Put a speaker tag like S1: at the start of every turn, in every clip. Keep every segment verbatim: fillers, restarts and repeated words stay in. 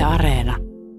S1: Areena.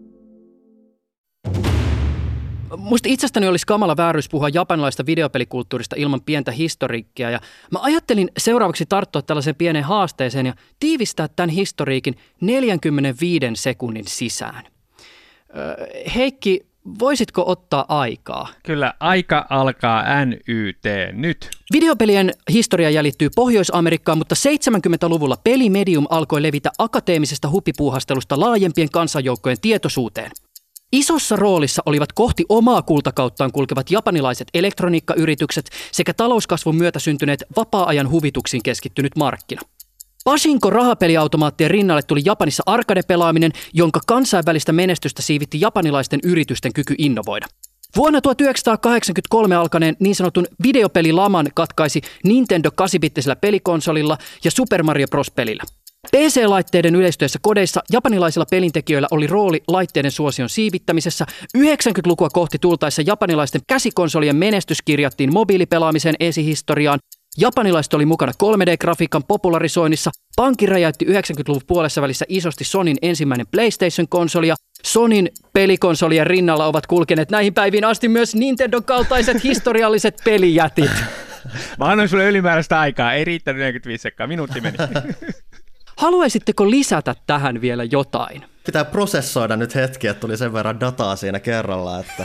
S2: Musta itsestäni olisi kamala vääryys puhua japanilaista videopelikulttuurista ilman pientä historiikkia. Ja mä ajattelin seuraavaksi tarttua tällaiseen pieneen haasteeseen ja tiivistää tämän historiikin neljänkymmenenviiden sekunnin sisään. Öö, Heikki, voisitko ottaa aikaa?
S3: Kyllä, aika alkaa N Y T nyt.
S2: Videopelien historia jäljittyy Pohjois-Amerikkaan, mutta seitsemänkymmentäluvulla pelimedium alkoi levitä akateemisesta huppipuuhastelusta laajempien kansanjoukkojen tietoisuuteen. Isossa roolissa olivat kohti omaa kultakauttaan kulkevat japanilaiset elektroniikkayritykset sekä talouskasvun myötä syntyneet vapaa-ajan huvituksiin keskittynyt markkina. Pachinko-rahapeliautomaattien rinnalle tuli Japanissa arcade-pelaaminen, jonka kansainvälistä menestystä siivitti japanilaisten yritysten kyky innovoida. Vuonna tuhatyhdeksänsataakahdeksankymmentäkolme alkaneen niin sanotun videopelilaman katkaisi Nintendo kahdeksanbittisellä pelikonsolilla ja Super Mario Bros. -pelillä. P C-laitteiden yleistyessä kodeissa japanilaisilla pelintekijöillä oli rooli laitteiden suosion siivittämisessä. yhdeksänkymmentälukua kohti tultaessa japanilaisten käsikonsolien menestys kirjattiin mobiilipelaamisen esihistoriaan. Japanilaiset oli mukana kolme D-grafiikan popularisoinnissa. Pankki räjäytti yhdeksänkymmentäluvun puolessa välissä isosti Sonyn ensimmäinen PlayStation-konsoli ja Sonyn pelikonsolien rinnalla ovat kulkeneet näihin päiviin asti myös Nintendon kaltaiset historialliset pelijätit.
S3: Mä annoin sulle ylimääräistä aikaa, ei riittänyt neljäkymmentäviisi sekkaa, minuutti meni.
S2: Haluaisitteko lisätä tähän vielä jotain?
S4: Pitää prosessoida nyt hetki, että tuli sen verran dataa siinä kerralla, että...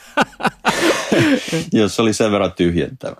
S5: Jos se oli sen verran tyhjentävä.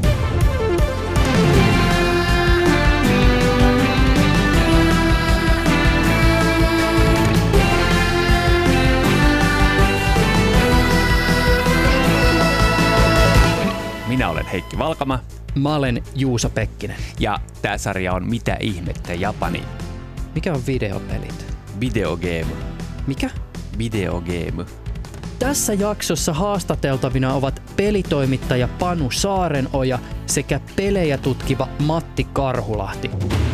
S3: Minä olen Heikki Valkama.
S2: Mä olen Juuso Pekkinen.
S3: Ja tää sarja on Mitä ihmettä Japani.
S2: Mikä on videopelit?
S3: Videogame.
S2: Mikä?
S3: Videogame.
S2: Tässä jaksossa haastateltavina ovat pelitoimittaja Panu Saarenoja sekä pelejä tutkiva Matti Karhulahti.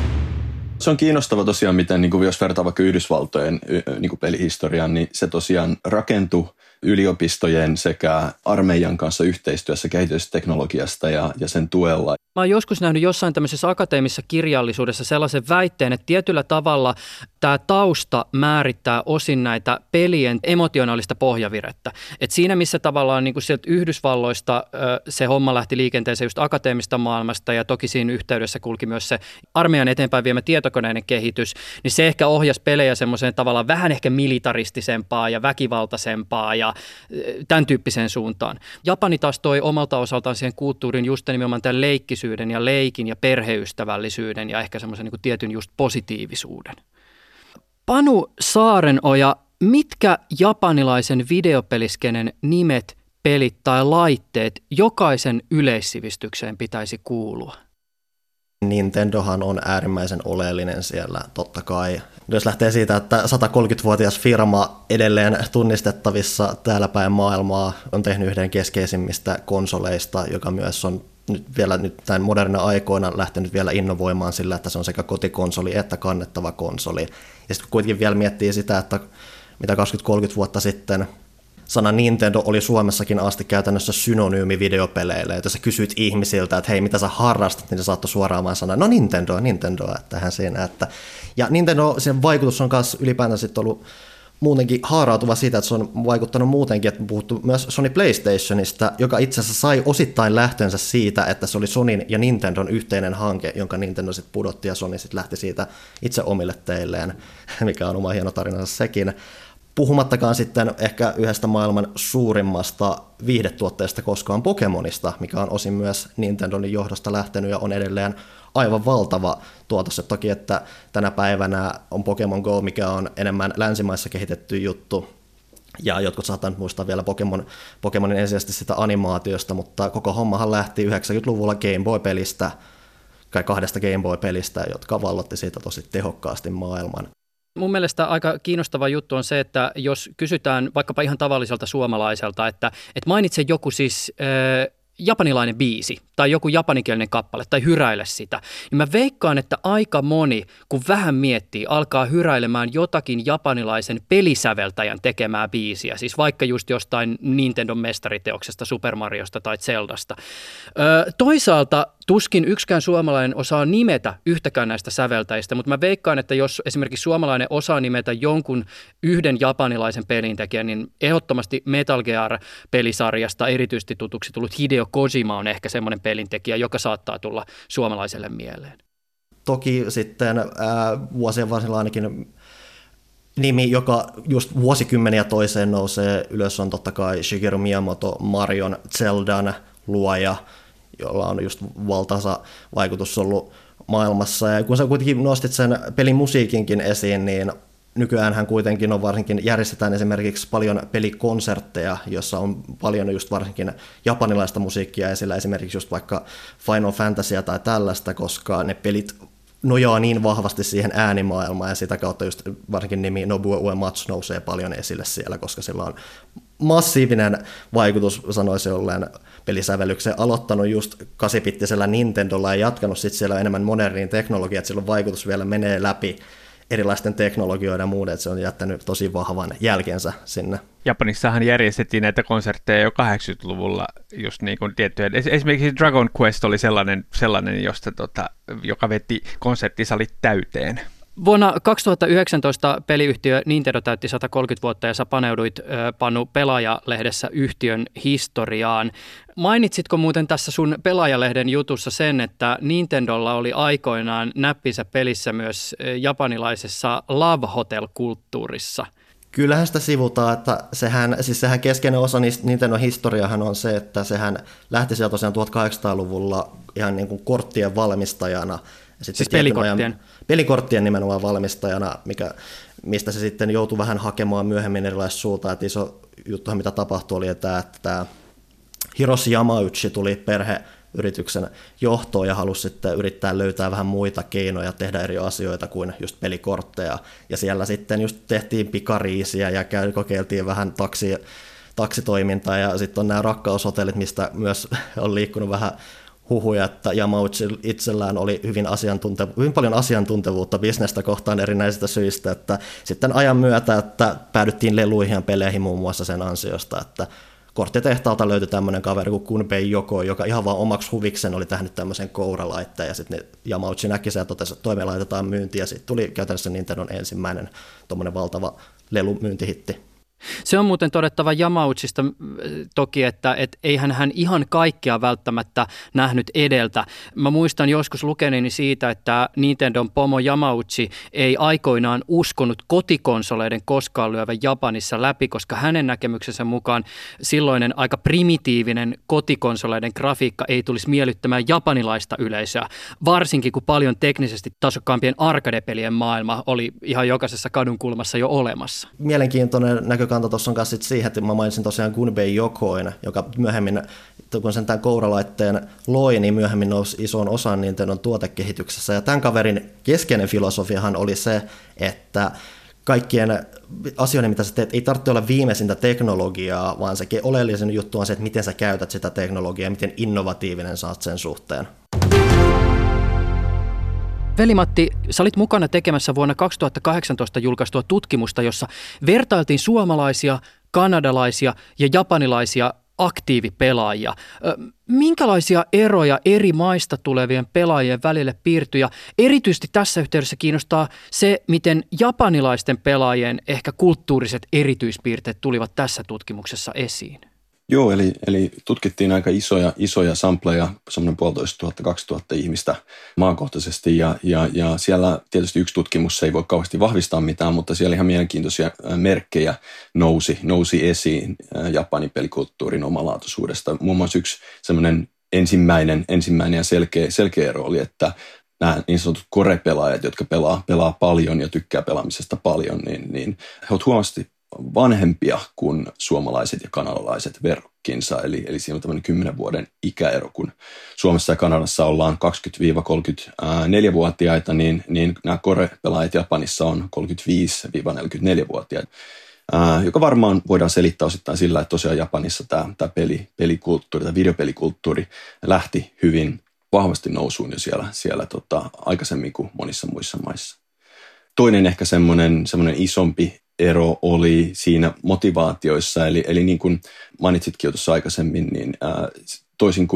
S5: Se on kiinnostava tosiaan, miten niin kuin jos vertaa vaikka Yhdysvaltojen niin kuin pelihistoriaan, niin se tosiaan rakentui yliopistojen sekä armeijan kanssa yhteistyössä kehitysteknologiasta ja, ja sen tuella.
S2: Mä oon joskus nähnyt jossain tämmöisessä akateemisessa kirjallisuudessa sellaisen väitteen, että tietyllä tavalla tämä tausta määrittää osin näitä pelien emotionaalista pohjavirettä. Et siinä missä tavallaan niin kuin sieltä Yhdysvalloista se homma lähti liikenteeseen just akateemista maailmasta ja toki siinä yhteydessä kulki myös se armeijan eteenpäin viemä tietokoneiden kehitys, niin se ehkä ohjasi pelejä semmoiseen tavallaan vähän ehkä militaristisempaa ja väkivaltaisempaa ja tämän tyyppiseen suuntaan. Japani taas toi omalta osaltaan siihen kulttuurin just nimenomaan tämän leikkisyyden ja leikin ja perheystävällisyyden ja ehkä semmoisen niin kuin tietyn just positiivisuuden. Panu Saarenoja, mitkä japanilaisen videopeliskenen nimet, pelit tai laitteet jokaisen yleissivistykseen pitäisi kuulua?
S4: Nintendohan on äärimmäisen oleellinen siellä, totta kai. Jos lähtee siitä, että satakolmekymmentävuotias firma edelleen tunnistettavissa täällä päin maailmaa on tehnyt yhden keskeisimmistä konsoleista, joka myös on nyt vielä nyt tämän moderna aikoina lähtenyt vielä innovoimaan sillä, että se on sekä kotikonsoli että kannettava konsoli. Ja sitten kuitenkin vielä miettii sitä, että mitä kaksikymmentä kolmekymmentä vuotta sitten sana Nintendo oli Suomessakin asti käytännössä synonyymi videopeleille. Että jos sä kysyt ihmisiltä, että hei, mitä sä harrastat, niin se saattoi suoraan vaan sanoa, no Nintendo, Nintendo, tähän siinä. Että. Ja Nintendo, sen vaikutus on myös ylipäätään sitten ollut muutenkin haarautuva siitä, että se on vaikuttanut muutenkin, että puhuttu myös Sony PlayStationista, joka itse asiassa sai osittain lähtönsä siitä, että se oli Sonyn ja Nintendon yhteinen hanke, jonka Nintendo sitten pudotti ja Sony sitten lähti siitä itse omille teilleen, mikä on oma hieno tarinansa sekin. Puhumattakaan sitten ehkä yhdestä maailman suurimmasta viihdetuotteesta koskaan Pokemonista, mikä on osin myös Nintendon johdosta lähtenyt ja on edelleen aivan valtava tuotos. Toki, että tänä päivänä on Pokemon Go, mikä on enemmän länsimaissa kehitetty juttu, ja jotkut saattaa nyt muistaa vielä Pokemon, Pokemonin ensisijaisesti sitä animaatiosta, mutta koko hommahan lähti yhdeksänkymmentäluvulla Game Boy-pelistä, kai kahdesta Game Boy-pelistä, jotka vallotti siitä tosi tehokkaasti maailman.
S2: Mun mielestä aika kiinnostava juttu on se, että jos kysytään vaikkapa ihan tavalliselta suomalaiselta, että, että mainitse joku siis äh, japanilainen biisi tai joku japanikielinen kappale tai hyräile sitä, niin mä veikkaan, että aika moni, kun vähän miettii, alkaa hyräilemään jotakin japanilaisen pelisäveltäjän tekemää biisiä, siis vaikka just jostain Nintendon mestariteoksesta, Super Mariosta tai Zeldasta. Ö, toisaalta tuskin yksikään suomalainen osaa nimetä yhtäkään näistä säveltäjistä, mutta mä veikkaan, että jos esimerkiksi suomalainen osaa nimetä jonkun yhden japanilaisen pelintekijän, niin ehdottomasti Metal Gear-pelisarjasta erityisesti tutuksi tullut Hideo Kojima on ehkä semmoinen pelintekijä, joka saattaa tulla suomalaiselle mieleen.
S4: Toki sitten ää, vuosien varsilla ainakin nimi, joka just vuosikymmeniä toiseen nousee ylös, on totta kai Shigeru Miyamoto, Marion, Zeldan luoja, jolla on just valtaisa vaikutus ollut maailmassa. Ja kun sä kuitenkin nostit sen pelin musiikinkin esiin, niin nykyäänhän kuitenkin on varsinkin, järjestetään esimerkiksi paljon pelikonsertteja, jossa on paljon just varsinkin japanilaista musiikkia esillä, esimerkiksi just vaikka Final Fantasyä tai tällaista, koska ne pelit nojaa niin vahvasti siihen äänimaailmaan, ja sitä kautta just varsinkin nimi Nobuo Uematsu nousee paljon esille siellä, koska sillä on massiivinen vaikutus, sanoisin olleen, pelisävellykseen, aloittanut just kasipittisellä Nintendolla ja jatkanut sitten siellä enemmän moderniin teknologiaan, että sillä vaikutus vielä menee läpi erilaisten teknologioiden ja muuten, että se on jättänyt tosi vahvan jälkensä sinne.
S3: Japanissahan järjestettiin näitä konsertteja jo kahdeksankymmentäluvulla, just niin kuin tiettyjä. Esimerkiksi Dragon Quest oli sellainen, sellainen josta, tota, joka veti konserttisalit täyteen.
S2: Vuonna kaksituhattayhdeksäntoista peliyhtiö Nintendo täytti sata kolmekymmentä vuotta ja sä paneuduit Panu Pelaaja-lehdessä yhtiön historiaan. Mainitsitko muuten tässä sun Pelaajalehden jutussa sen, että Nintendolla oli aikoinaan näppinsä pelissä myös japanilaisessa Love Hotel-kulttuurissa?
S4: Kyllähän sitä sivutaan, että sehän, siis sehän keskeinen osa Nintendon historiahan on se, että sehän lähti sieltä tosiaan tuhatkahdeksansataaluvulla ihan niin kuin korttien valmistajana.
S2: Siis pelikorttien?
S4: Pelikorttien nimenomaan valmistajana, mikä, mistä se sitten joutui vähän hakemaan myöhemmin erilaista suuntaa. Että iso juttuhan, mitä tapahtui, oli, että, että tämä Hiroshi Yamauchi tuli perheyrityksen johtoon ja halusi sitten yrittää löytää vähän muita keinoja tehdä eri asioita kuin just pelikortteja. Ja siellä sitten just tehtiin pikariisiä ja käy, kokeiltiin vähän taksi, taksitoimintaa, ja sitten on nämä rakkaushotellit, mistä myös on liikkunut vähän huhuja, että Yamauchi itsellään oli hyvin, asiantunte- hyvin paljon asiantuntevuutta bisnestä kohtaan erinäisistä syistä, että sitten ajan myötä, että päädyttiin leluihin ja peleihin muun muassa sen ansiosta, että korttitehtaalta löytyi tämmöinen kaveri kuin Gunpei Yoko, joka ihan vaan omaksi huviksen oli tehnyt tämmöisen kouralaitteen, ja sitten Yamauchi näki sen ja totesi, että toimeen laitetaan myyntiin, ja sitten tuli käytännössä Nintendon ensimmäinen tommoinen valtava lelumyyntihitti.
S2: Se on muuten todettava Yamauchista toki, että et eihän hän ihan kaikkea välttämättä nähnyt edeltä. Mä muistan joskus lukeneeni siitä, että Nintendon pomo Yamauchi ei aikoinaan uskonut kotikonsoleiden koskaan lyövän Japanissa läpi, koska hänen näkemyksensä mukaan silloinen aika primitiivinen kotikonsoleiden grafiikka ei tulisi miellyttämään japanilaista yleisöä, varsinkin kun paljon teknisesti tasokkaampien arcade-pelien maailma oli ihan jokaisessa kadunkulmassa jo olemassa.
S4: Mielenkiintoinen näkökanta tuossa on myös siihen, että mä mainitsin tosiaan Gunpei Yokoin, joka myöhemmin, kun sen tämän kouralaitteen loi, niin myöhemmin nousi isoon osaan Nintendon tuotekehityksessä. Ja tämän kaverin keskeinen filosofiahan oli se, että kaikkien asioiden, mitä sä teet, ei tarvitse olla viimeisintä teknologiaa, vaan se oleellisen juttu on se, että miten sä käytät sitä teknologiaa, miten innovatiivinen sä oot sen suhteen.
S2: Veli-Matti, sä olit mukana tekemässä vuonna kaksituhattakahdeksantoista julkaistua tutkimusta, jossa vertailtiin suomalaisia, kanadalaisia ja japanilaisia aktiivipelaajia. Minkälaisia eroja eri maista tulevien pelaajien välille piirtyi, ja erityisesti tässä yhteydessä kiinnostaa se, miten japanilaisten pelaajien ehkä kulttuuriset erityispiirteet tulivat tässä tutkimuksessa esiin?
S5: Joo, eli, eli tutkittiin aika isoja, isoja sampleja, semmoinen puolitoista tuhatta, kaksituhatta ihmistä maakohtaisesti, ja, ja, ja siellä tietysti yksi tutkimus ei voi kauheasti vahvistaa mitään, mutta siellä ihan mielenkiintoisia merkkejä nousi, nousi esiin Japanin pelikulttuurin omalaatuisuudesta. Muun muassa yksi semmoinen ensimmäinen, ensimmäinen ja selkeä, selkeä ero oli, että nämä niin sanotut core-pelaajat, jotka pelaa, pelaa paljon ja tykkää pelaamisesta paljon, niin, niin he ovat huomasti vanhempia kuin suomalaiset ja kanadalaiset verrokkinsa, eli, eli siinä on tämmöinen kymmenen vuoden ikäero, kun Suomessa ja Kanadassa ollaan kaksikymmentä–kolmekymmentäneljä-vuotiaita, niin, niin nämä core-pelaajat Japanissa on kolmekymmentäviisi–neljäkymmentäneljä-vuotiaita, ää, joka varmaan voidaan selittää osittain sillä, että tosiaan Japanissa tämä, tämä peli, pelikulttuuri, tämä videopelikulttuuri lähti hyvin vahvasti nousuun jo siellä, siellä tota, aikaisemmin kuin monissa muissa maissa. Toinen ehkä semmoinen, semmoinen isompi ero oli siinä motivaatioissa, eli, eli niin kuin mainitsitkin jo tuossa aikaisemmin, niin ää, toisin kuin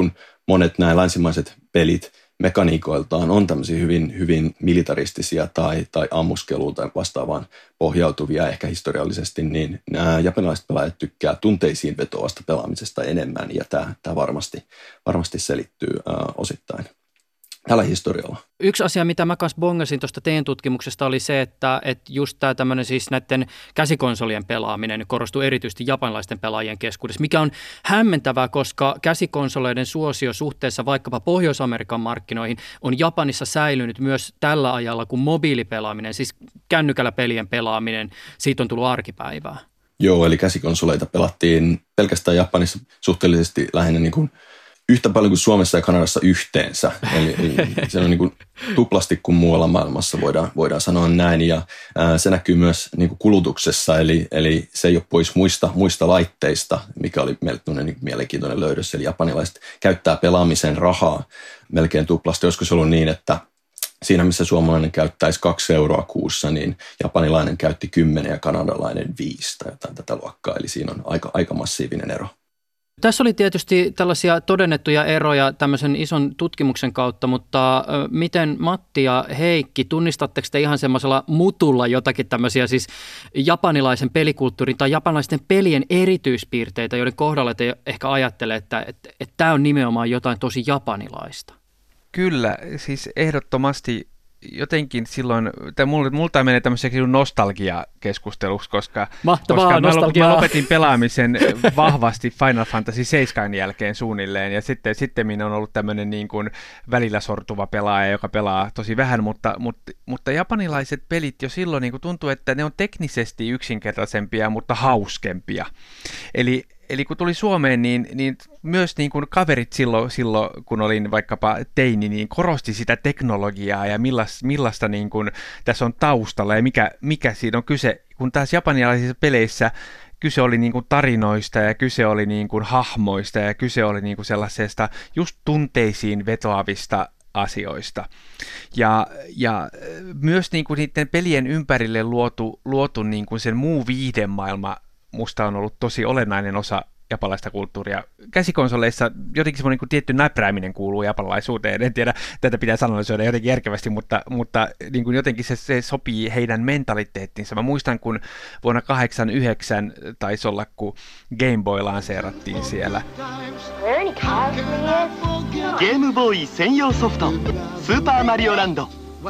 S5: monet nämä länsimaiset pelit mekaniikoiltaan on tämmöisiä hyvin, hyvin militaristisia tai, tai ammuskeluun tai vastaavaan pohjautuvia ehkä historiallisesti, niin nämä japanilaiset pelaajat tykkää tunteisiin vetoavasta pelaamisesta enemmän, ja tämä, tämä varmasti, varmasti selittyy ää, osittain tällä historialla.
S2: Yksi asia, mitä mä kanssa bongasin tuosta teidän tutkimuksesta, oli se, että, että just tämä tämmöinen siis näiden käsikonsolien pelaaminen korostuu erityisesti japanilaisten pelaajien keskuudessa, mikä on hämmentävää, koska käsikonsoleiden suosio suhteessa vaikkapa Pohjois-Amerikan markkinoihin on Japanissa säilynyt myös tällä ajalla, kun mobiilipelaaminen, siis kännykällä pelien pelaaminen, siitä on tullut arkipäivää.
S5: Joo, eli käsikonsoleita pelattiin pelkästään Japanissa suhteellisesti lähinnä niin kuin yhtä paljon kuin Suomessa ja Kanadassa yhteensä, eli, eli se on niin kuin tuplasti kuin muualla maailmassa, voidaan, voidaan sanoa näin, ja ää, se näkyy myös niin kuin kulutuksessa, eli, eli se ei ole pois muista, muista laitteista, mikä oli melkein niin mielenkiintoinen löydös, eli japanilaiset käyttää pelaamisen rahaa melkein tuplasti, joskus ollut niin, että siinä missä suomalainen käyttäisi kaksi euroa kuussa, niin japanilainen käytti kymmenen ja kanadalainen viisi tai jotain tätä luokkaa, eli siinä on aika, aika massiivinen ero.
S2: Tässä oli tietysti tällaisia todennettuja eroja tämmöisen ison tutkimuksen kautta, mutta miten Matti ja Heikki, tunnistatteko te ihan semmoisella mutulla jotakin tämmöisiä siis japanilaisen pelikulttuurin tai japanilaisten pelien erityispiirteitä, joiden kohdalla te ehkä ajattelee, että, että, että tämä on nimenomaan jotain tosi japanilaista?
S3: Kyllä, siis ehdottomasti jotenkin silloin, tai multa menee tämmöiseksi nostalgia-keskusteluksi, koska, koska mä, mä lopetin pelaamisen vahvasti Final Fantasy seitsemän jälkeen suunnilleen, ja sitten, sitten minä on ollut tämmöinen niin kuin välillä sortuva pelaaja, joka pelaa tosi vähän, mutta, mutta, mutta japanilaiset pelit jo silloin niin kuin tuntuu, että ne on teknisesti yksinkertaisempia, mutta hauskempia. Eli Eli kun tuli Suomeen, niin, niin myös niin kuin kaverit silloin, silloin, kun olin vaikkapa teini, niin korosti sitä teknologiaa ja millaista, millaista niin kuin tässä on taustalla ja mikä, mikä siinä on kyse. Kun taas japanilaisissa peleissä kyse oli niin kuin tarinoista ja kyse oli niin kuin hahmoista ja kyse oli niin kuin sellaisesta just tunteisiin vetoavista asioista. Ja, ja myös niin kuin niiden pelien ympärille luotu, luotu niin kuin sen muu viihdemaailma musta on ollut tosi olennainen osa japanilaista kulttuuria. Käsikonsoleissa jotenkin semmoinen niin tietty näprääminen kuuluu japanilaisuuteen. En tiedä, tätä pitää analysoida jotenkin järkevästi, mutta, mutta niin kuin jotenkin se, se sopii heidän mentaliteettiinsa. Mä muistan, kun vuonna kahdeksankymmentäyhdeksän taisi olla, kun Game Boy lanseerattiin siellä.
S1: Game Boy 専用ソフト Super Mario Land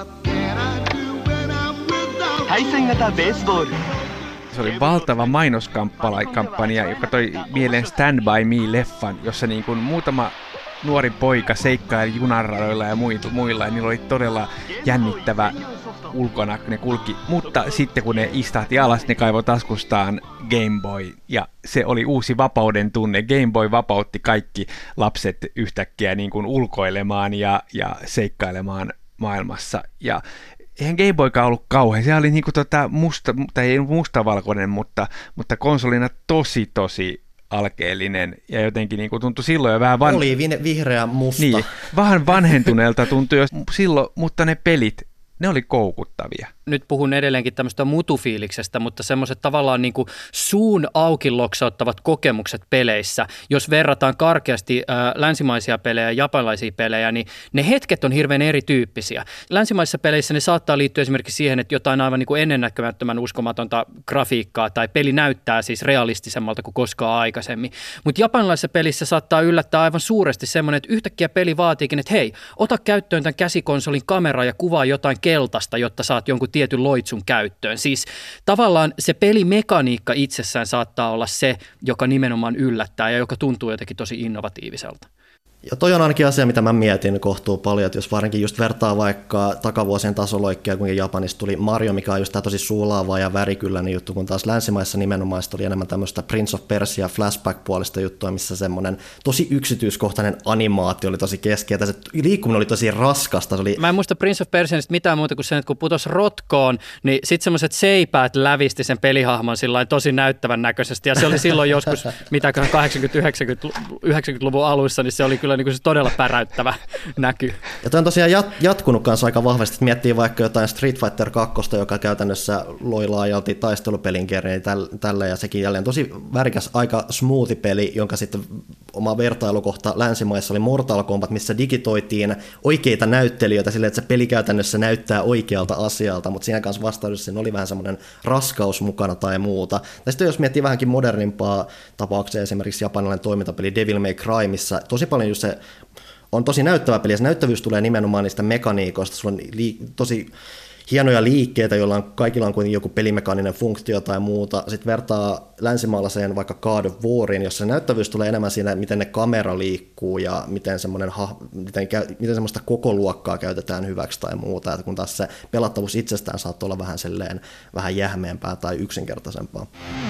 S1: 対戦型ベースボール
S3: Se oli valtava mainoskampanja, joka toi mieleen Stand By Me-leffan, jossa niin kuin muutama nuori poika seikkaili junaradoilla ja muilla, ja niillä oli todella jännittävä ulkona, kun ne kulki. Mutta sitten kun ne istahti alas, ne kaivoi taskustaan Game Boy, ja se oli uusi vapauden tunne. Game Boy vapautti kaikki lapset yhtäkkiä niin kuin ulkoilemaan ja, ja seikkailemaan maailmassa. Ja eihän Game Boykaan ollut kauhean. Se oli niinku tota musta, tai ei mustavalkoinen, mutta, mutta konsolina tosi tosi alkeellinen. Ja jotenkin niinku tuntui silloin jo vähän... Van...
S4: Oli vihreä musta.
S3: Niin, vähän vanhentuneelta tuntui jo silloin, mutta ne pelit, ne oli koukuttavia.
S2: Nyt puhun edelleenkin tämmöistä mutufiiliksestä, mutta semmoiset tavallaan niin kuin suun auki loksauttavat kokemukset peleissä. Jos verrataan karkeasti äh, länsimaisia pelejä ja japanilaisia pelejä, niin ne hetket on hirveän erityyppisiä. Länsimaisissa peleissä ne saattaa liittyä esimerkiksi siihen, että jotain aivan niin kuin ennennäkemättömän uskomatonta grafiikkaa tai peli näyttää siis realistisemmalta kuin koskaan aikaisemmin. Mutta japanilaisessa pelissä saattaa yllättää aivan suuresti semmoinen, että yhtäkkiä peli vaatiikin, että hei, ota käyttöön tämän käsikonsolin kamera ja kuvaa jotain keltaista, jotta saat jonkun tietyn loitsun käyttöön. Siis tavallaan se pelimekaniikka itsessään saattaa olla se, joka nimenomaan yllättää ja joka tuntuu jotenkin tosi innovatiiviselta.
S4: Ja toi on ainakin asia, mitä mä mietin kohtuu paljon, että jos varsinkin just vertaa vaikka takavuosien tasoloikkia, kun Japanista tuli Mario, mikä on just tämä tosi suulaava ja värikylläinen juttu, kun taas länsimaissa nimenomaan oli enemmän tämmöistä Prince of Persia flashback-puolista juttua, missä semmoinen tosi yksityiskohtainen animaatio oli tosi keskiä, se liikkuminen oli tosi raskasta. Se oli...
S2: Mä en muista Prince of Persianista mitään muuta kuin sen, että kun putosi rotkoon, niin sitten semmoiset seipäät lävisti sen pelihahmon sillain tosi näyttävän näköisesti, ja se oli silloin joskus, mitäköhän kahdeksankymmentä-yhdeksänkymmentäluvun alussa, niin se oli kyllä niin kuin se todella päräyttävä näky.
S4: Ja toi on tosiaan jat- jatkunut kanssa aika vahvasti, että miettii vaikka jotain Street Fighter kaksi, joka käytännössä loi laajalti taistelupelin kerran tälle, ja sekin jälleen tosi värikäs, aika smoothi peli, jonka sitten oma vertailukohta länsimaissa oli Mortal Kombat, missä digitoitiin oikeita näyttelijöitä silleen, että se peli käytännössä näyttää oikealta asialta, mutta siinä kanssa vastaudessa siinä oli vähän semmoinen raskaus mukana tai muuta. Ja sitten jos miettii vähänkin modernimpaa tapauksia, esimerkiksi japanilainen toimintapeli Devil May Cry, missä tosi paljon just se on tosi näyttävä peli, ja se näyttävyys tulee nimenomaan niistä mekaniikoista, sulla on li- tosi hienoja liikkeitä, joilla on, kaikilla on kuitenkin joku pelimekaaninen funktio tai muuta. Sitten vertaa länsimaalaiseen vaikka God of Wariin, jossa näyttävyys tulee enemmän siinä, miten ne kamera liikkuu ja miten, semmoinen, miten, miten semmoista koko luokkaa käytetään hyväksi tai muuta. Että kun taas se pelattavuus itsestään saattaa olla vähän, selleen, vähän jähmeempää tai yksinkertaisempaa.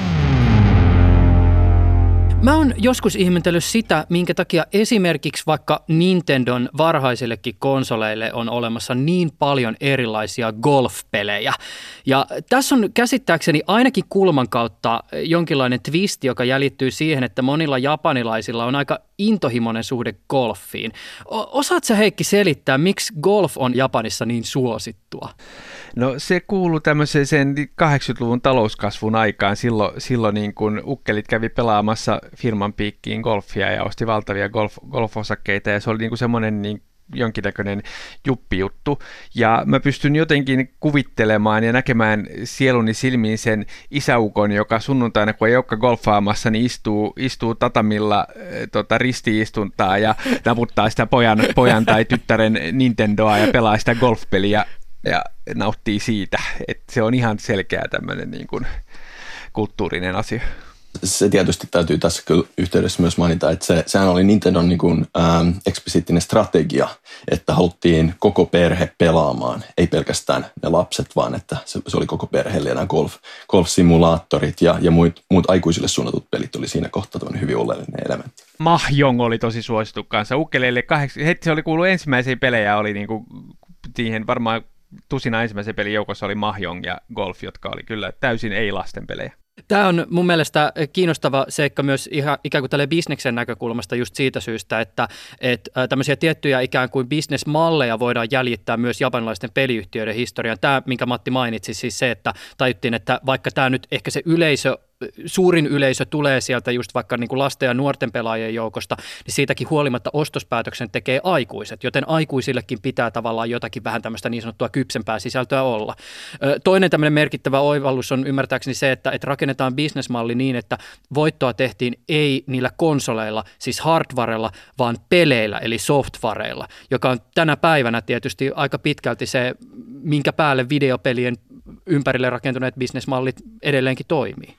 S2: Mä oon joskus ihmetellyt sitä, minkä takia esimerkiksi vaikka Nintendon varhaisillekin konsoleille on olemassa niin paljon erilaisia golf-pelejä. Ja tässä on käsittääkseni ainakin kulman kautta jonkinlainen twist, joka jäljittyy siihen, että monilla japanilaisilla on aika intohimoinen suhde golfiin. Osaat sä, Heikki, selittää, miksi golf on Japanissa niin suosittua?
S3: No se kuului tämmöiseen sen kahdeksankymmentäluvun talouskasvun aikaan. Silloin, silloin niin kun ukkelit kävi pelaamassa firman piikkiin golfia ja osti valtavia golf, golfosakkeita ja se oli niin kuin semmoinen niin jonkinnäköinen juppijuttu. Ja mä pystyn jotenkin kuvittelemaan ja näkemään sieluni silmiin sen isäukon, joka sunnuntaina, kun ei olekaan golfaamassa, niin istuu, istuu tatamilla tota, ristiistuntaa ja naputtaa sitä pojan, pojan tai tyttären Nintendoa ja pelaa sitä golfpeliä ja nauttii siitä. Että se on ihan selkeä tämmöinen niin kuin kulttuurinen asia.
S5: Se tietysti täytyy tässä yhteydessä myös mainita, että se, sehän oli Nintendon niin kuin, ähm, eksplisiittinen strategia, että haluttiin koko perhe pelaamaan, ei pelkästään ne lapset, vaan että se, se oli koko perheelle ja nämä golf, golf-simulaattorit ja, ja muut, muut aikuisille suunnatut pelit oli siinä kohtaa tämmöinen hyvin oleellinen elementti.
S3: Mahjong oli tosi suosittu kanssa. Ukkeleille kahdeksan, heti se oli kuullut ensimmäisiä pelejä, oli niin kuin, siihen varmaan tusina ensimmäisen pelin joukossa oli Mahjong ja golf, jotka oli kyllä täysin ei-lasten pelejä.
S2: Tämä on mun mielestä kiinnostava seikka myös ihan ikään kuin tälle bisneksen näkökulmasta just siitä syystä, että, että tämmöisiä tiettyjä ikään kuin bisnesmalleja voidaan jäljittää myös japanilaisten peliyhtiöiden historiaan. Tämä, minkä Matti mainitsi, siis se, että tajuttiin, että vaikka tämä nyt ehkä se yleisö, suurin yleisö tulee sieltä just vaikka niin kuin lasten ja nuorten pelaajien joukosta, niin siitäkin huolimatta ostospäätöksen tekee aikuiset, joten aikuisillekin pitää tavallaan jotakin vähän tämmöistä niin sanottua kypsempää sisältöä olla. Toinen tämmöinen merkittävä oivallus on ymmärtääkseni se, että, että rakennetaan bisnesmalli niin, että voittoa tehtiin ei niillä konsoleilla, siis hardwarella, vaan peleillä eli softwareilla, joka on tänä päivänä tietysti aika pitkälti se, minkä päälle videopelien ympärille rakentuneet bisnesmallit edelleenkin toimii.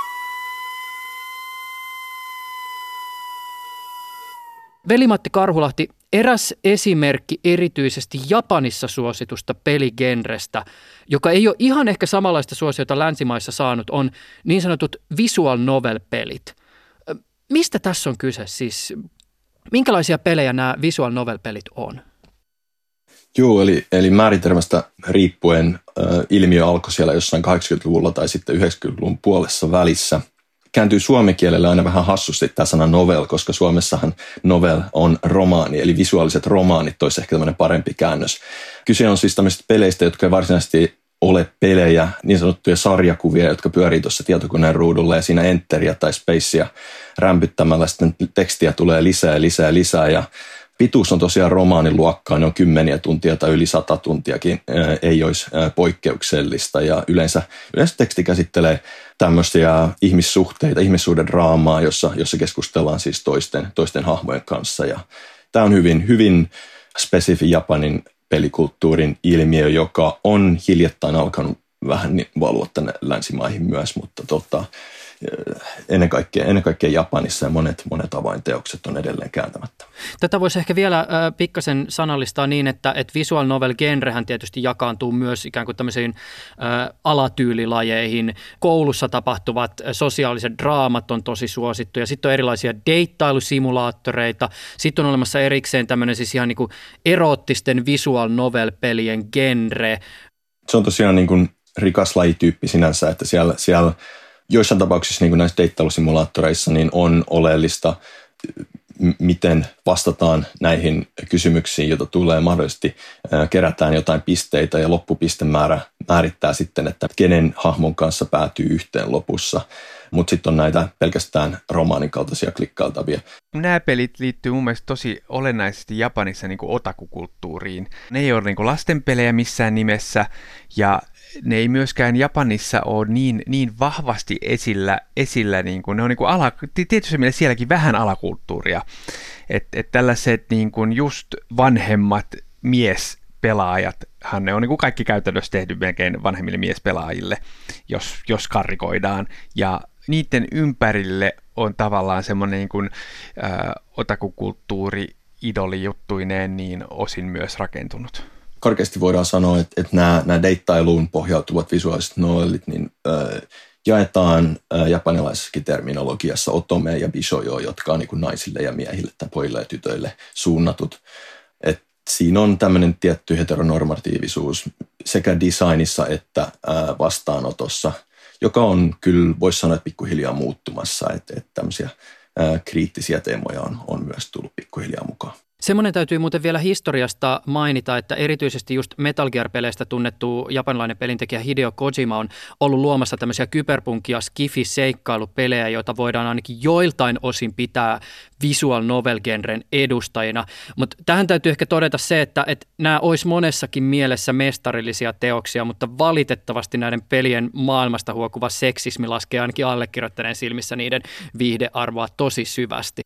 S2: Veli-Matti Karhulahti, eräs esimerkki erityisesti Japanissa suositusta peligenrestä, joka ei ole ihan ehkä samanlaista suosiota länsimaissa saanut, on niin sanotut visual novel-pelit. Mistä tässä on kyse? Siis, minkälaisia pelejä nämä visual novel-pelit on?
S5: Joo, eli, eli määritelmästä riippuen äh, ilmiö alkoi siellä jossain kahdeksankymmentäluvulla tai sitten yhdeksänkymmentäluvun puolessa välissä. Kääntyy suomen kielelle aina vähän hassusti tämä sana novel, koska Suomessahan novel on romaani, eli visuaaliset romaanit olisi ehkä tämmöinen parempi käännös. Kyse on siis tämmöisistä peleistä, jotka ei varsinaisesti ole pelejä, niin sanottuja sarjakuvia, jotka pyörii tuossa tietokoneen ruudulla ja siinä enteriä tai spacea rämpyttämällä sitten tekstiä tulee lisää lisää lisää ja pituus on tosiaan romaaniluokkaa, ne on kymmeniä tuntia tai yli sata tuntiakin, ää, ei olisi ää, poikkeuksellista ja yleensä, yleensä teksti käsittelee tämmöisiä ihmissuhteita, ihmissuhdedraamaa, jossa, jossa keskustellaan siis toisten, toisten hahmojen kanssa ja tämä on hyvin, hyvin spesifi Japanin pelikulttuurin ilmiö, joka on hiljattain alkanut vähän valua tänne länsimaihin myös, mutta tota, ennen kaikkea, ennen kaikkea Japanissa ja monet, monet avainteokset on edelleen kääntämättä.
S2: Tätä voisi ehkä vielä äh, pikkasen sanallistaa niin, että et visual novel genrehän tietysti jakaantuu myös ikään kuin tämmöisiin äh, alatyylilajeihin. Koulussa tapahtuvat äh, sosiaaliset draamat on tosi suosittu ja sitten on erilaisia deittailusimulaattoreita. Sitten on olemassa erikseen tämmöinen siis ihan niin kuin eroottisten visual novel-pelien genre.
S5: Se on tosiaan niin kuin rikas lajityyppi sinänsä, että siellä, siellä joissain tapauksissa niin kuin näissä deittailusimulaattoreissa niin on oleellista, miten vastataan näihin kysymyksiin, joita tulee mahdollisesti, kerätään jotain pisteitä ja loppupistemäärä määrittää sitten, että kenen hahmon kanssa päätyy yhteen lopussa. mutta sitten on näitä pelkästään romaanin kaltaisia klikkailtavia.
S3: Nämä pelit liittyy mun mielestä tosi olennaisesti Japanissa niin kuin otaku-kulttuuriin. Ne ei ole niin kuin lastenpelejä missään nimessä, ja ne ei myöskään Japanissa ole niin, niin vahvasti esillä, esillä niin kuin, ne on niin kuin ala, tietysti mielessä sielläkin vähän alakulttuuria. Että et tällaiset niin kuin just vanhemmat miespelaajathan ne on niin kuin kaikki käytännössä tehty melkein vanhemmille miespelaajille, jos, jos karrikoidaan. Ja niiden ympärille on tavallaan semmoinen niin kuin äh, otakukulttuuri idolijuttuineen niin osin myös rakentunut.
S5: Karkeasti voidaan sanoa, että, että nämä, nämä deittailuun pohjautuvat visuaaliset novellit niin, äh, jaetaan äh, japanilaisessakin terminologiassa otome ja bishojo, jotka on niin kuin naisille ja miehille tai pojille ja tytöille suunnatut. Et siinä on tämmöinen tietty heteronormatiivisuus sekä designissa että äh, vastaanotossa, joka on kyllä, voisi sanoa, että pikkuhiljaa muuttumassa, että, että tämmöisiä äh, kriittisiä teemoja on, on myös tullut pikkuhiljaa mukaan.
S2: Semmoinen täytyy muuten vielä historiasta mainita, että erityisesti just Metal Gear-peleistä tunnettu japanilainen pelintekijä Hideo Kojima on ollut luomassa tämmöisiä kyberpunk- ja skifi-seikkailupelejä, joita voidaan ainakin joiltain osin pitää visual novel-genren edustajina. Mutta tähän täytyy ehkä todeta se, että, että nämä olisi monessakin mielessä mestarillisia teoksia, mutta valitettavasti näiden pelien maailmasta huokuva seksismi laskee ainakin allekirjoittaneen silmissä niiden viihdearvoa tosi syvästi.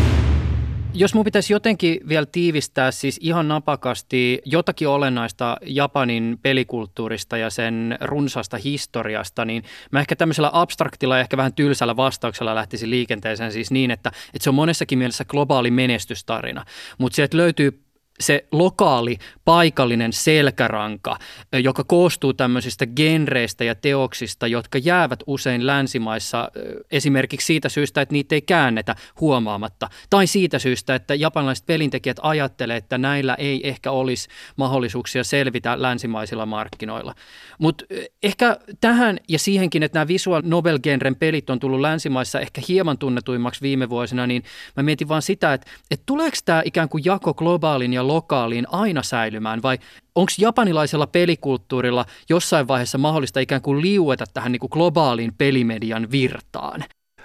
S2: Jos mun pitäisi jotenkin vielä tiivistää siis ihan napakasti jotakin olennaista Japanin pelikulttuurista ja sen runsaasta historiasta, niin mä ehkä tämmöisellä abstraktilla ja ehkä vähän tylsällä vastauksella lähtisin liikenteeseen siis niin, että, että se on monessakin mielessä globaali menestystarina, mutta sieltä löytyy se lokaali, paikallinen selkäranka, joka koostuu tämmöisistä genreistä ja teoksista, jotka jäävät usein länsimaissa esimerkiksi siitä syystä, että niitä ei käännetä huomaamatta. Tai siitä syystä, että japanilaiset pelintekijät ajattelee, että näillä ei ehkä olisi mahdollisuuksia selvitä länsimaisilla markkinoilla. Mutta ehkä tähän ja siihenkin, että nämä visual novel-genren pelit on tullut länsimaissa ehkä hieman tunnetuimmaksi viime vuosina, niin mä mietin vaan sitä, että, että tuleeko tämä ikään kuin jako globaalin ja lokaaliin aina säilymään vai onko japanilaisella pelikulttuurilla jossain vaiheessa mahdollista ikään kuin liueta tähän niin kuin globaaliin pelimedian virtaan?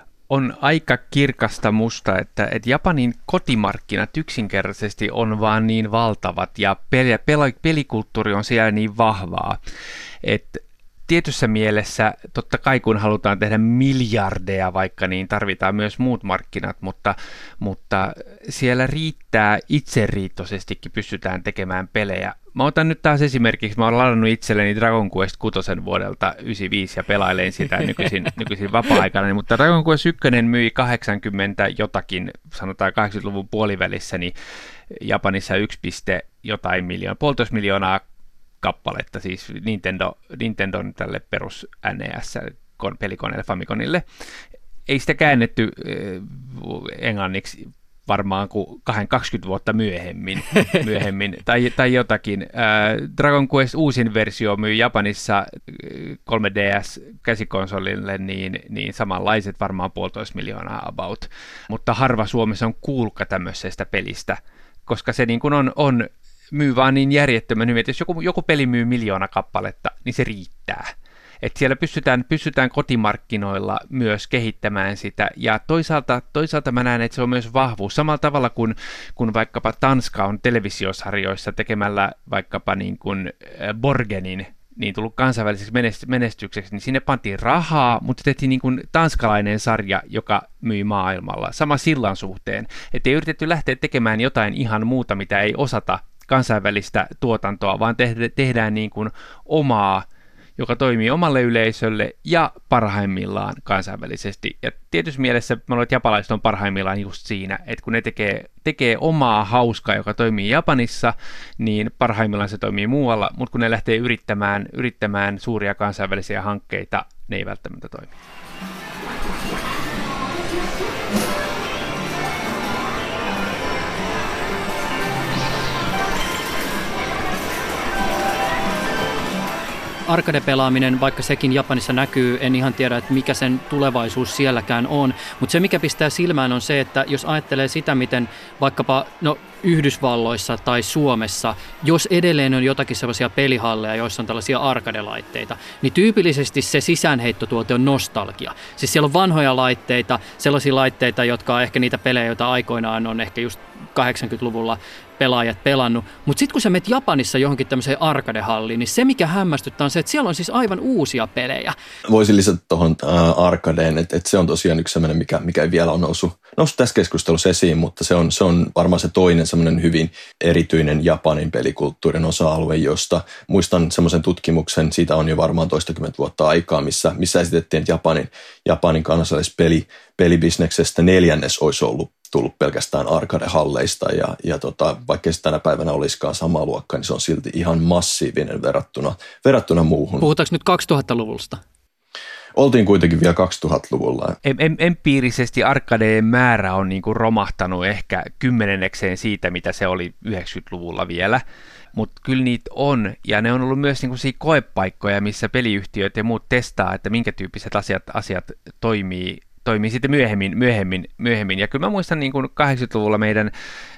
S3: On aika kirkasta musta, että, että Japanin kotimarkkinat yksinkertaisesti on vaan niin valtavat ja peli, peli, pelikulttuuri on siellä niin vahvaa, että tietyssä mielessä totta kai kun halutaan tehdä miljardeja vaikka, niin tarvitaan myös muut markkinat, mutta, mutta siellä riittää itseriittoisestikin pystytään tekemään pelejä. Mä otan nyt taas esimerkiksi, mä oon ladannut itselleni Dragon Quest kuusi vuodelta yhdeksänkymmentäviisi ja pelailen sitä nykyisin, nykyisin vapaa-aikana, mutta Dragon Quest yksi myi kahdeksankymmentä jotakin, sanotaan kahdeksankymmentäluvun puolivälissä, niin Japanissa yksi piste jotain miljoonaa, puolitoista miljoonaa kappaletta, siis Nintendo, Nintendon tälle perus N E S-pelikoneelle, Famiconille. Ei sitä käännetty äh, englanniksi varmaan kuin kaksikymmentä vuotta myöhemmin, myöhemmin tai, tai jotakin. Äh, Dragon Quest uusin versio myy Japanissa kolme D S-käsikonsolille niin, niin samanlaiset varmaan puolitoista miljoonaa about, mutta harva Suomessa on kuullutkaan tämmöisestä pelistä, koska se niin kuin on, on myy vaan niin järjettömän hyvin, että jos joku, joku peli myy miljoona kappaletta, niin se riittää. Että siellä pystytään, pystytään kotimarkkinoilla myös kehittämään sitä, ja toisaalta, toisaalta mä näen, että se on myös vahvuus. Samalla tavalla kuin, kuin vaikkapa Tanska on televisiosarjoissa tekemällä vaikkapa niin kuin Borgenin, niin tullut kansainväliseksi menestykseksi, niin sinne pantiin rahaa, mutta tehtiin niin kuin tanskalainen sarja, joka myi maailmalla. Sama sillan suhteen, että ei yritetty lähteä tekemään jotain ihan muuta, mitä ei osata kansainvälistä tuotantoa, vaan tehdään niin kuin omaa, joka toimii omalle yleisölle ja parhaimmillaan kansainvälisesti. Ja tietysti mielessä mä luulen, että japanilaiset on parhaimmillaan just siinä, että kun ne tekee, tekee omaa hauskaa, joka toimii Japanissa, niin parhaimmillaan se toimii muualla, mutta kun ne lähtee yrittämään, yrittämään suuria kansainvälisiä hankkeita, ne ei välttämättä toimi.
S2: arcade-pelaaminen, vaikka sekin Japanissa näkyy, en ihan tiedä, että mikä sen tulevaisuus sielläkään on, mutta se mikä pistää silmään on se, että jos ajattelee sitä, miten vaikkapa no, Yhdysvalloissa tai Suomessa, jos edelleen on jotakin sellaisia pelihalleja, joissa on tällaisia arcade-laitteita, niin tyypillisesti se sisäänheittotuote on nostalgia. Siis siellä on vanhoja laitteita, sellaisia laitteita, jotka on ehkä niitä pelejä, joita aikoinaan on ehkä just kahdeksankymmentäluvulla pelaajat pelannut. Mutta sitten kun sä menet Japanissa johonkin tämmöiseen arcade-halliin, niin se mikä hämmästyttää on se, että siellä on siis aivan uusia pelejä.
S5: Voisin lisätä tuohon äh, arcadeen, että et se on tosiaan yksi sellainen, mikä, mikä ei vielä ole noussut, noussut tässä keskustelussa esiin, mutta se on, se on varmaan se toinen semmoinen hyvin erityinen Japanin pelikulttuurin osa-alue, josta muistan semmoisen tutkimuksen, siitä on jo varmaan toistakymmentä vuotta aikaa, missä, missä esitettiin, että Japanin, Japanin kansallispeli, pelibisneksestä neljännes olisi ollut tullut pelkästään arcade-halleista ja, ja tota, vaikka se tänä päivänä olisikaan sama luokka, niin se on silti ihan massiivinen verrattuna, verrattuna muuhun.
S2: Puhutaanko nyt kaksituhattaluvusta?
S5: Oltiin kuitenkin vielä kaksituhattaluvulla.
S3: Em, empiirisesti arcadeen määrä on niin kuin romahtanut ehkä kymmenennekseen siitä, mitä se oli yhdeksänkymmentäluvulla vielä. Mutta kyllä niitä on, ja ne on ollut myös niinku koepaikkoja, missä peliyhtiöt ja muut testaa, että minkä tyyppiset asiat, asiat toimii, toimii sitten myöhemmin, myöhemmin, myöhemmin. Ja kyllä mä muistan niin kuin kahdeksankymmentäluvulla meidän,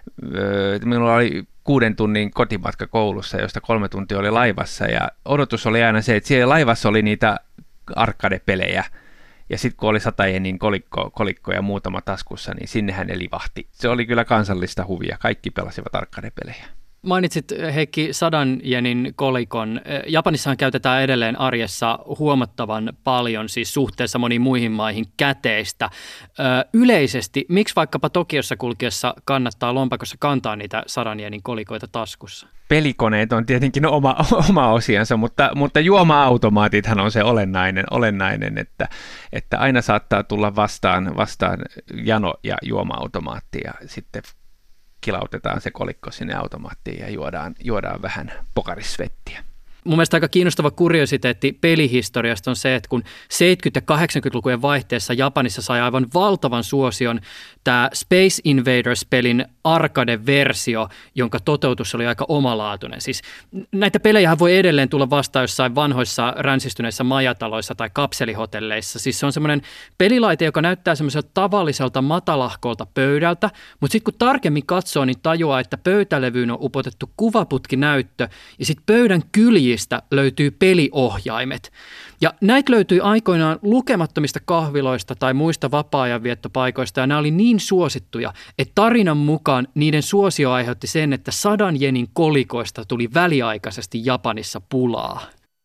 S3: öö, minulla oli kuuden tunnin kotimatka koulussa, josta kolme tuntia oli laivassa, ja odotus oli aina se, että siellä laivassa oli niitä arcade-pelejä, ja sitten kun oli satajenin kolikko, kolikko ja muutama taskussa, niin sinnehän ne livahti. Se oli kyllä kansallista huvia, kaikki pelasivat arcade-pelejä.
S2: Mainitsit Heikki sadan jenin kolikon. Japanissahan käytetään edelleen arjessa huomattavan paljon, siis suhteessa moniin muihin maihin, käteistä. Ö, yleisesti, miksi vaikkapa Tokiossa kulkiessa kannattaa lompakossa kantaa niitä sadan jenin kolikoita taskussa?
S3: Pelikoneet on tietenkin oma, oma osiansa, mutta, mutta juoma-automaatithan on se olennainen, olennainen että, että aina saattaa tulla vastaan, vastaan jano ja juoma-automaatti ja sitten kilautetaan se kolikko sinne automaattiin ja juodaan, juodaan vähän pokarisvettiä.
S2: Mun mielestä aika kiinnostava kuriositeetti pelihistoriasta on se, että kun seitsemänkymmentä- ja kahdeksankymmentälukujen vaihteessa Japanissa sai aivan valtavan suosion tämä Space Invaders-pelin arcade-versio, jonka toteutus oli aika omalaatuinen. Siis näitä pelejä voi edelleen tulla vastaan jossain vanhoissa ränsistyneissä majataloissa tai kapselihotelleissa. Siis se on semmoinen pelilaite, joka näyttää semmoiselta tavalliselta matalahkolta pöydältä, mutta sitten kun tarkemmin katsoo, niin tajuaa, että pöytälevyyn on upotettu kuvaputkinäyttö ja sitten pöydän kyljistä löytyy peliohjaimet. Ja näitä löytyi aikoinaan lukemattomista kahviloista tai muista vapaa-ajanviettopaikoista, ja nämä oli niin suosittuja, että tarinan mukaan niiden suosio aiheutti sen, että sadan jenin kolikoista tuli väliaikaisesti Japanissa pulaa.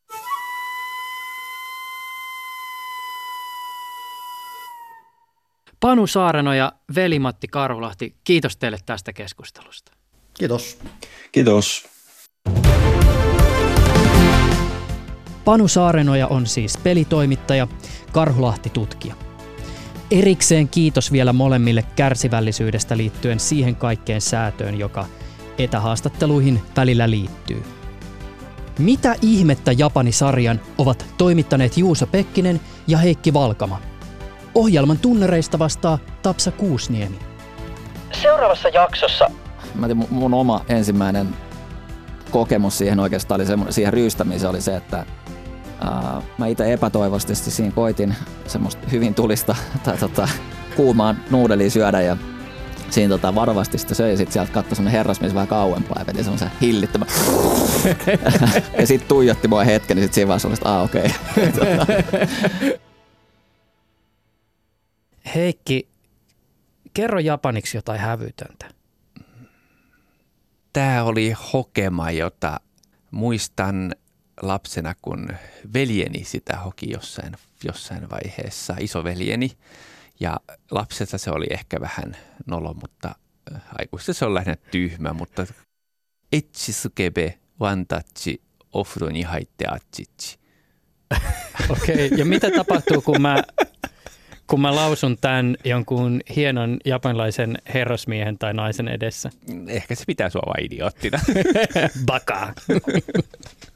S2: Panu Saareno ja Veli-Matti Karhulahti, kiitos teille tästä keskustelusta.
S4: Kiitos.
S5: Kiitos.
S2: Panu Saarenoja on siis pelitoimittaja, Karhulahti tutkija. Erikseen kiitos vielä molemmille kärsivällisyydestä liittyen siihen kaikkeen säätöön, joka etähaastatteluihin välillä liittyy. Mitä ihmettä Japani-sarjan ovat toimittaneet Juuso Pekkinen ja Heikki Valkama? Ohjelman tunnereista vastaa Tapsa Kuusniemi. Seuraavassa jaksossa...
S6: Mä tiedän, mun oma ensimmäinen kokemus siihen oikeastaan oli se, siihen ryystämiseen oli se, että ää, mä itse epätoivoisesti siinä koitin semmoista hyvin tulista tai tota, kuumaa nuudelia syödä ja siinä tota, varovasti sitä söi ja sitten sieltä katsoi semmoinen herrasmies vähän kauempaa ja veti semmoisen hillittömän ja sitten tuijotti mua hetken, niin sitten siinä vaiheessa oli, että aah okei. Okay.
S2: Heikki, kerro japaniksi jotain hävytöntä.
S3: Tämä oli hokema, jota muistan lapsena, kun veljeni sitä hoki jossain, jossain vaiheessa, isoveljeni. Ja lapsesta se oli ehkä vähän nolo, mutta aikuista se on lähinnä tyhmä, mutta etsisukebe wantachi ofuro ni haitte achichi.
S2: Okei, okay, ja mitä tapahtuu, kun mä, kun mä lausun tämän jonkun hienon japanilaisen herrasmiehen tai naisen edessä?
S3: Ehkä se pitää sua vaan idioottina.
S2: Baka.